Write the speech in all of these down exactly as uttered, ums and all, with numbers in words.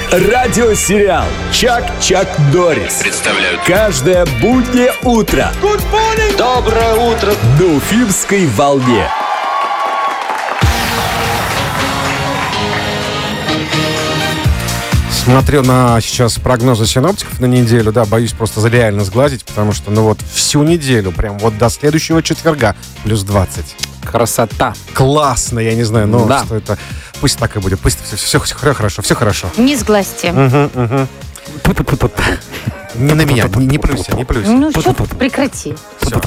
Радиосериал «Чак-Чак Доррис» представляют каждое буднее утро. Доброе утро! На Уфимской волне. Смотрю на сейчас прогнозы синоптиков на неделю, да, боюсь просто реально сглазить, потому что, ну вот, всю неделю, прям вот до следующего четверга, плюс двадцать. Красота. Классно, я не знаю, но Да. что это... Пусть так и будет, пусть все, все, все хорошо, все хорошо. Не сглазьте. Угу, угу. Не на меня, не, не плюйся, не плюйся. Ну что, прекрати. Всё.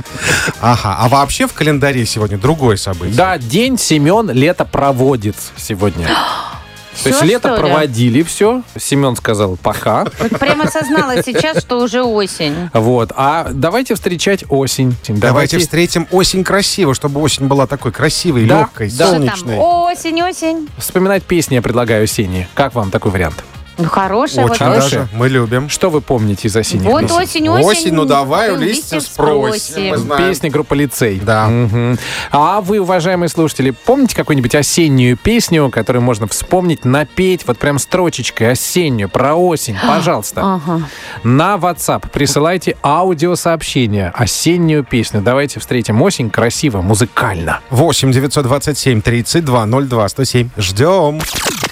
Ага, а вообще в календаре сегодня другое событие. Да, день Семен летопроводец сегодня. То есть Всё, лето что ли? проводили, все. Семен сказал пока. Вот прямо осознала сейчас, что уже осень. Вот. А давайте встречать осень. Давайте встретим осень красиво, чтобы осень была такой красивой, Да, легкой, да. Что там? солнечной. Осень, осень. вспоминать песни я предлагаю осенние. Как вам такой вариант? Ну, хорошая. Очень вот хорошая. даже, мы любим. Что вы помните из осенних Вот песен? осень, осень. Осень, ну давай, у у листьев листьев спросим. спросим. Мы знаем. Песни группы «Лицей». Да. Мгм. А вы, уважаемые слушатели, помните какую-нибудь осеннюю песню, которую можно вспомнить, напеть вот прям строчечкой осеннюю, про осень? Пожалуйста. Ага. На WhatsApp присылайте аудиосообщение, осеннюю песню. Давайте встретим осень красиво, музыкально. восемь девятьсот двадцать семь тридцать два ноль два сто семь. Ждем.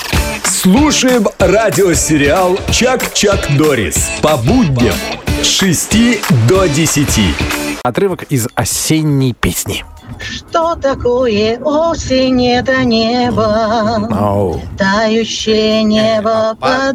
Слушаем радиосериал «Чак-Чак Доррис» по будням с шести до десяти. Отрывок из осенней песни. Что такое осень, это небо, Оу. тающее небо под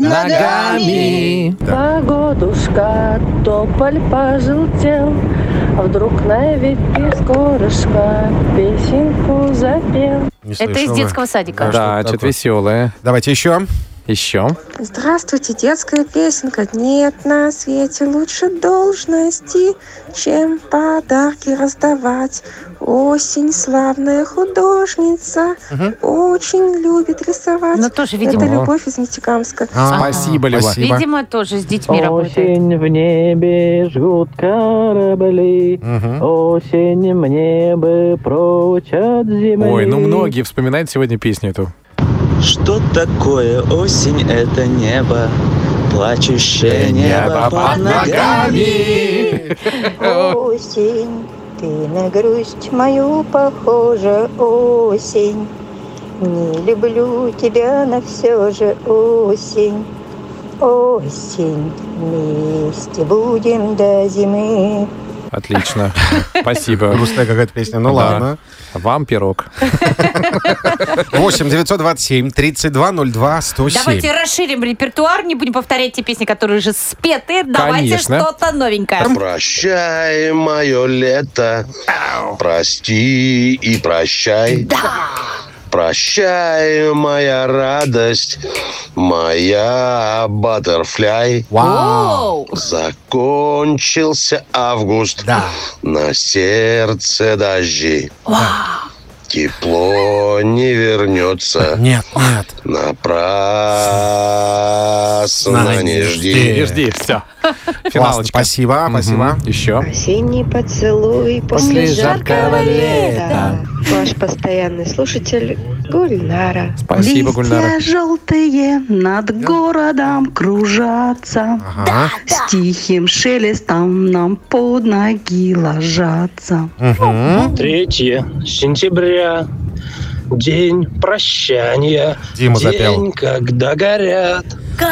ногами. Погодушка, тополь пожелтел, а вдруг на ветке скорошка песенку запел. Не Это из слышала. детского садика. Да, Да, что что-то такое? веселое. Давайте еще. Еще. Здравствуйте, детская песенка. Нет на свете лучше должности, чем подарки раздавать. Осень славная художница, очень любит рисовать. Но тоже, Это видимо, Любовь из Нефтекамска. А, Спасибо, Люба. спасибо. видимо, тоже с детьми работает. Осень в небе жгут корабли, Мгм. осень мне бы прочь от земли. Ой, ну многие вспоминают сегодня песню эту. Что такое осень? Это небо, плачущее небо под ногами. Осень, ты на грусть мою похожа, осень. Не люблю тебя, но все же осень. Осень, вместе будем до зимы. Отлично. Спасибо. Грустная какая-то песня. Ну Да. ладно. Вам пирог. восемь девятьсот двадцать семь тридцать два ноль два сто семь. Давайте расширим репертуар, не будем повторять те песни, которые уже спеты. Давайте Конечно. что-то новенькое. Прощай, мое лето, прости и прощай. Прощай, моя радость, моя баттерфляй. Оу! Закончился август, Да. на сердце дожди. Тепло не вернется, Нет, нет. напрасно не жди. Не жди, все. Классно, Финалочка. спасибо, спасибо. Еще. Осенний поцелуй После жаркого лета. Ваш постоянный слушатель Гульнара. Спасибо, Гульнара. желтые над городом кружатся, Ага. с тихим шелестом нам под ноги ложатся. Мгм. Третье сентября, день прощания, Дима день, запел. когда горят.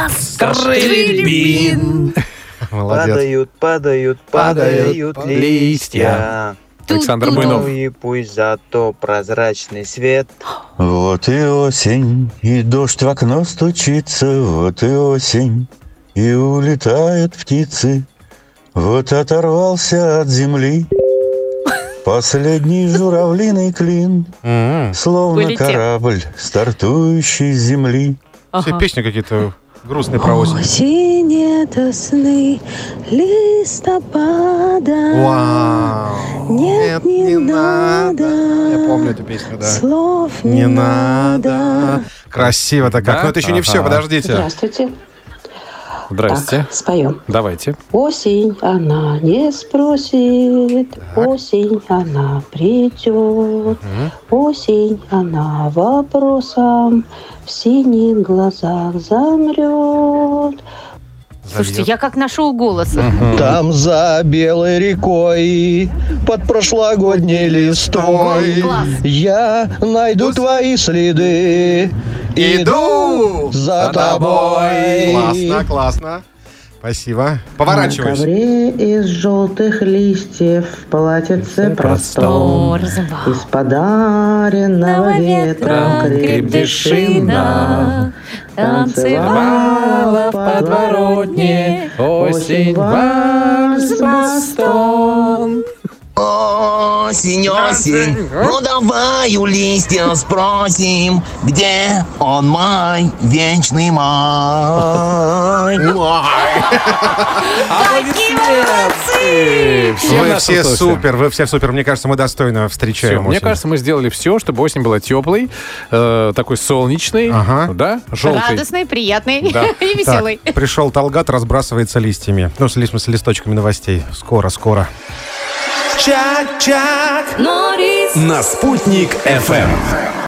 Рябин. Молодец. Падают, падают, Падают падают листья. листья. Александр Ту-ту-ту. Буйнов. Ну и пусть зато прозрачный свет. Вот и осень, и дождь в окно стучится, вот и осень, и улетают птицы. Вот оторвался от земли последний журавлиный клин, М. словно Улетел. корабль, стартующий с земли. Все песни какие-то грустные про осень. Осень — это сны листопада. Вау. Нет, не надо. Я помню эту песню, да. Слов Не надо. Красиво-то как. Да? Но это еще не все, Ага. подождите. Здравствуйте. Здрасте. Так, споем. Давайте. Осень она не спросит, осень она придет, осень она вопросом в синих глазах замрет. Слушайте, я как нашел голос. Там за белой рекой, под прошлогодней листвой, Класс. я найду твои следы. Иду за тобой. Классно, классно. Спасибо. На Поворачивайся. ковре из желтых листьев платьице простом, из подаренного ветром крепдышина танцевала в подворотне осень вальс с мостом. Осень, осень, ну давай у листьев спросим, где он май, вечный май. Аплодисменты! Всем Вы нашим все слушателям. супер, вы все супер. Мне кажется, мы достойно Всё, встречаем мне осень. кажется, мы сделали все, чтобы осень была теплой, э, такой солнечной, Ага. да, желтой. Радостный, приятный Да. и веселый. Так, пришел Талгат, разбрасывается листьями. Ну, с, ли- с листочками новостей. Скоро, скоро. Чак-чак. На «Спутник эф эм».